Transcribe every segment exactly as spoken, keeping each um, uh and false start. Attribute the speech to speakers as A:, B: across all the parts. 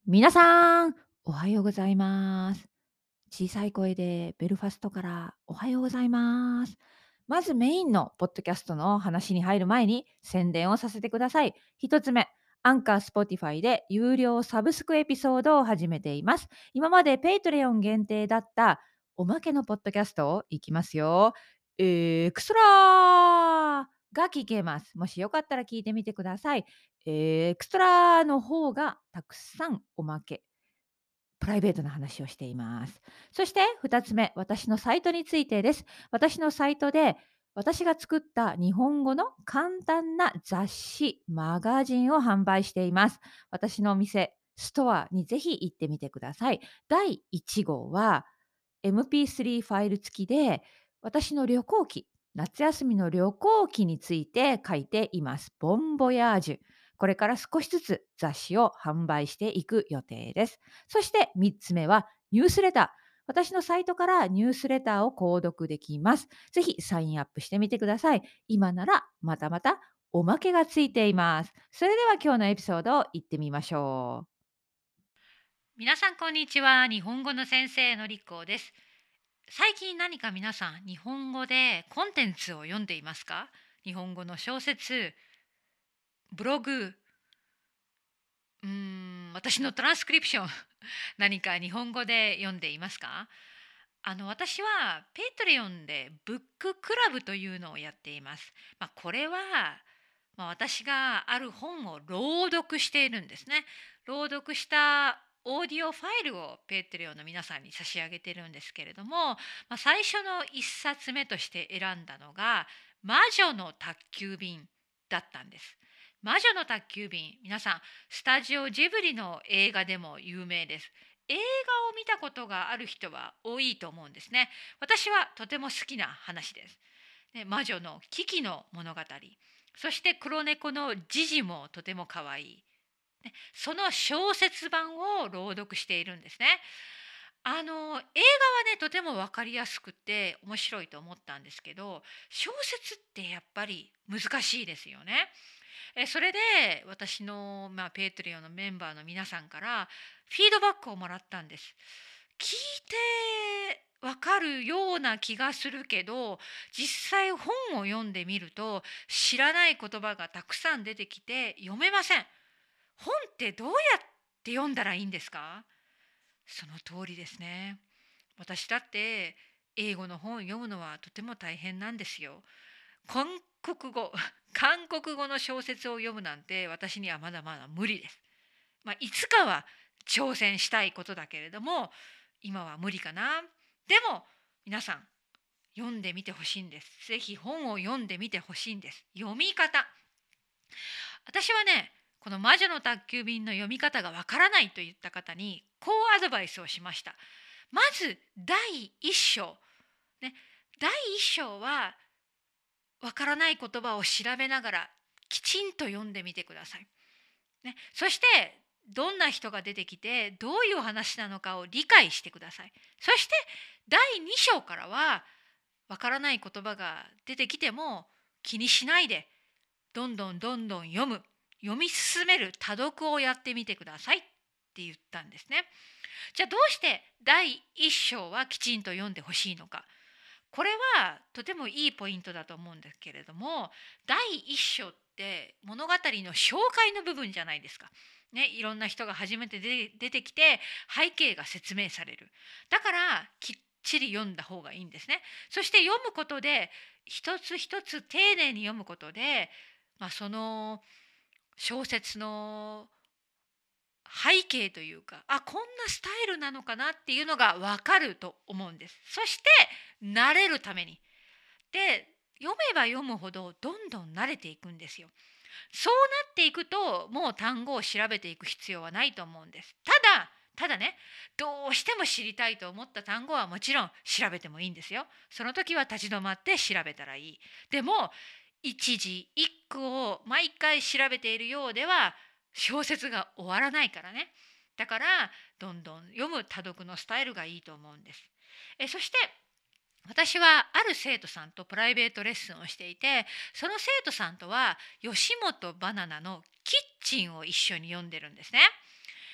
A: 皆さん、おはようございます。小さい声でベルファストからおはようございます。まずメインのポッドキャストの話に入る前に宣伝をさせてください。一つ目、アンカースポティファイで有料サブスクエピソードを始めています。今までペイトレオン限定だったおまけのポッドキャストをいきますよ。エクストラが聞けます。もしよかったら聞いてみてください。エクストラの方がたくさんおまけ。プライベートな話をしています。そしてふたつめ、私のサイトについてです。私のサイトで私が作った日本語の簡単な雑誌、マガジンを販売しています。私のお店、ストアにぜひ行ってみてください。だいいち号は エムピースリー ファイル付きで私の旅行記、夏休みの旅行記について書いています。ボンボヤージュ。これから少しずつ雑誌を販売していく予定です。そしてみっつめはニュースレター。私のサイトからニュースレターを購読できます。ぜひサインアップしてみてください。今ならまたまたおまけがついています。それでは今日のエピソードを行ってみましょう。皆さんこんにちは。日本語の先生のりこです。最近何か皆さん日本語でコンテンツを読んでいますか？日本語の小説、ブログ、うーん、私のトランスクリプション何か日本語で読んでいますか？あの私はペイトレオンでブッククラブというのをやっています。まあ、これは、まあ、私がある本を朗読しているんですね。朗読したオーディオファイルをペイトレオンの皆さんに差し上げてるんですけれども、まあ、最初の一冊目として選んだのが魔女の宅急便だったんです。魔女の宅急便、皆さんスタジオジブリの映画でも有名です。映画を見たことがある人は多いと思うんですね。私はとても好きな話です。ね、魔女のキキの物語、そして黒猫のジジもとても可愛い。ね、その小説版を朗読しているんですね。あの映画はねとても分かりやすくて面白いと思ったんですけど、小説ってやっぱり難しいですよね。えそれで私の、まあ、ペイトリオのメンバーの皆さんからフィードバックをもらったんです。聞いてわかるような気がするけど、実際本を読んでみると知らない言葉がたくさん出てきて読めません。本ってどうやって読んだらいいんですか？その通りですね。私だって英語の本を読むのはとても大変なんですよ。韓国語、韓国語の小説を読むなんて私にはまだまだ無理です。まあ、いつかは挑戦したいことだけれども、今は無理かな。でも、皆さん、読んでみてほしいんです。ぜひ本を読んでみてほしいんです。読み方。私はね、この魔女の宅急便の読み方がわからないといった方に、こうアドバイスをしました。まず、だいいっ章。ね、だいいっ章は、わからない言葉を調べながらきちんと読んでみてください。ね、そしてどんな人が出てきてどういう話なのかを理解してください。そしてだいに章からはわからない言葉が出てきても気にしないでどんどんどんどん読む、読み進める多読をやってみてくださいって言ったんですね。じゃあどうしてだいいっ章はきちんと読んでほしいのか。これはとてもいいポイントだと思うんですけれども、だいいっ章って物語の紹介の部分じゃないですか。ね、いろんな人が初めて出出てきて背景が説明される。だからきっちり読んだ方がいいんですね。そして読むことで一つ一つ丁寧に読むことで、まあ、その小説の背景というか、あ、こんなスタイルなのかなっていうのが分かると思うんです。そして慣れるために。で、読めば読むほどどんどん慣れていくんですよ。そうなっていくともう単語を調べていく必要はないと思うんです。ただただね、どうしても知りたいと思った単語はもちろん調べてもいいんですよ。その時は立ち止まって調べたらいい。でも一字一句を毎回調べているようでは小説が終わらないからね。だからどんどん読む多読のスタイルがいいと思うんです。えそして私はある生徒さんとプライベートレッスンをしていて、その生徒さんとは吉本バナナのキッチンを一緒に読んでるんですね。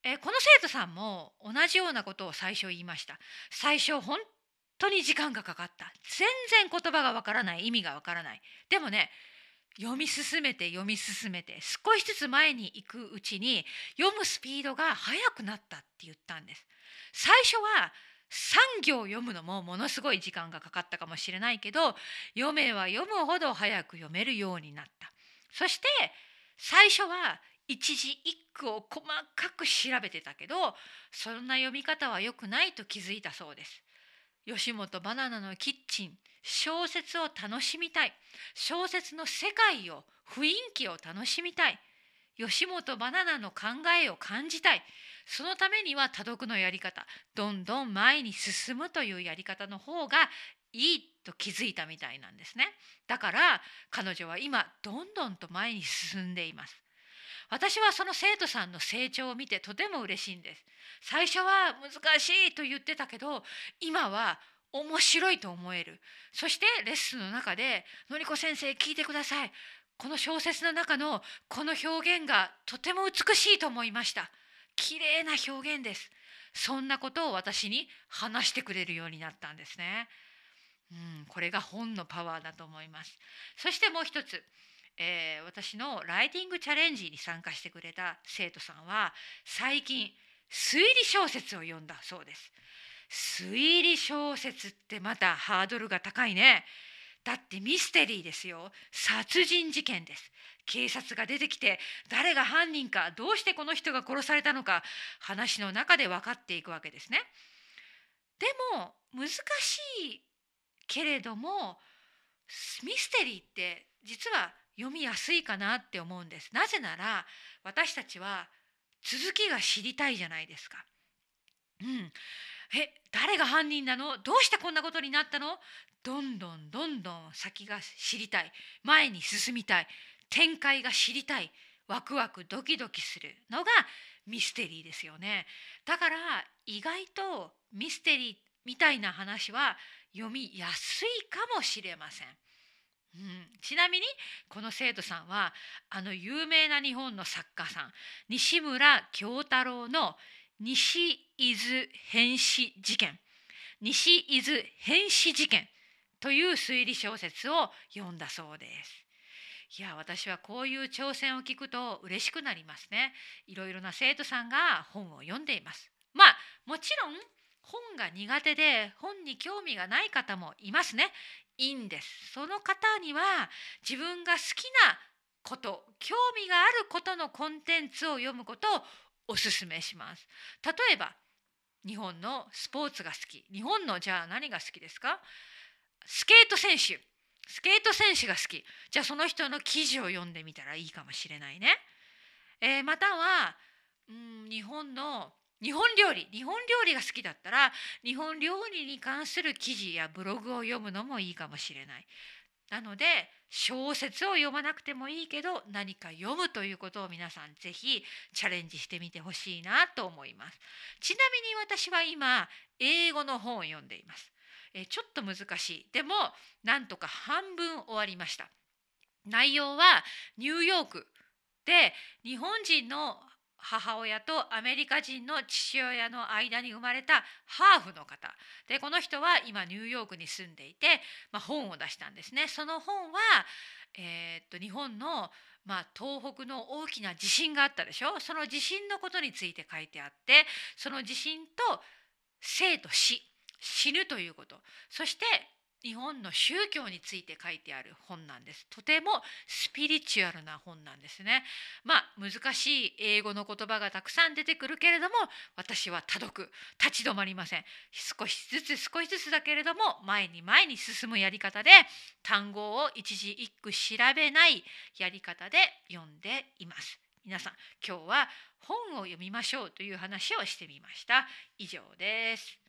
A: えーこの生徒さんも同じようなことを最初言いました。最初本当に時間がかかった。全然言葉がわからない、意味がわからない。でもね、読み進めて読み進めて少しずつ前に行くうちに読むスピードが速くなったって言ったんです。最初はさん行読むのもものすごい時間がかかったかもしれないけど、読めば読むほど早く読めるようになった。そして最初は一字一句を細かく調べてたけど、そんな読み方は良くないと気づいたそうです。吉本バナナのキッチン、小説を楽しみたい、小説の世界を雰囲気を楽しみたい、吉本バナナの考えを感じたい、そのためには多読のやり方、どんどん前に進むというやり方の方がいいと気づいたみたいなんですね。だから彼女は今どんどんと前に進んでいます。私はその生徒さんの成長を見てとても嬉しいんです。最初は難しいと言ってたけど、今は面白いと思える。そしてレッスンの中で、のりこ先生聞いてください。この小説の中のこの表現がとても美しいと思いました。綺麗な表現です。そんなことを私に話してくれるようになったんですね。うん、これが本のパワーだと思います。そしてもう一つ、えー私のライティングチャレンジに参加してくれた生徒さんは最近推理小説を読んだそうです。推理小説ってまたハードルが高いね。だってミステリーですよ。殺人事件です。警察が出てきて誰が犯人か、どうしてこの人が殺されたのか、話の中で分かっていくわけですね。でも難しいけれども、ミステリーって実は読みやすいかなって思うんです。なぜなら私たちは続きが知りたいじゃないですか。うん。え、誰が犯人なの？どうしてこんなことになったの？どんどんどんどん先が知りたい。前に進みたい。展開が知りたい。ワクワクドキドキするのがミステリーですよね。だから意外とミステリーみたいな話は読みやすいかもしれません。うん、ちなみにこの生徒さんはあの有名な日本の作家さん、西村京太郎の西伊豆変死事件西伊豆変死事件という推理小説を読んだそうです。いや、私はこういう挑戦を聞くと嬉しくなりますね。いろいろな生徒さんが本を読んでいます。まあもちろん本が苦手で本に興味がない方もいますね。いいんです。その方には自分が好きなこと、興味があることのコンテンツを読むことをお勧めします。例えば日本のスポーツが好き。日本のじゃあ何が好きですか？スケート選手。スケート選手が好き。じゃあその人の記事を読んでみたらいいかもしれないね。えーまたは、うん、日本の日本料理日本料理が好きだったら日本料理に関する記事やブログを読むのもいいかもしれない。なので小説を読まなくてもいいけど何か読むということを皆さんぜひチャレンジしてみてほしいなと思います。ちなみに私は今英語の本を読んでいます。えちょっと難しい。でもなんとか半分終わりました。内容はニューヨークで日本人の母親とアメリカ人の父親の間に生まれたハーフの方で、この人は今ニューヨークに住んでいて、まあ、本を出したんですね。その本は、えーっと日本の、まあ、東北の大きな地震があったでしょ。その地震のことについて書いてあって、その地震と生と死、死ぬということ、そして日本の宗教について書いてある本なんです。とてもスピリチュアルな本なんですね。まあ難しい英語の言葉がたくさん出てくるけれども、私は多読、立ち止まりません。少しずつ少しずつだけれども前に前に進むやり方で、単語を一字一句調べないやり方で読んでいます。皆さん、今日は本を読みましょうという話をしてみました。以上です。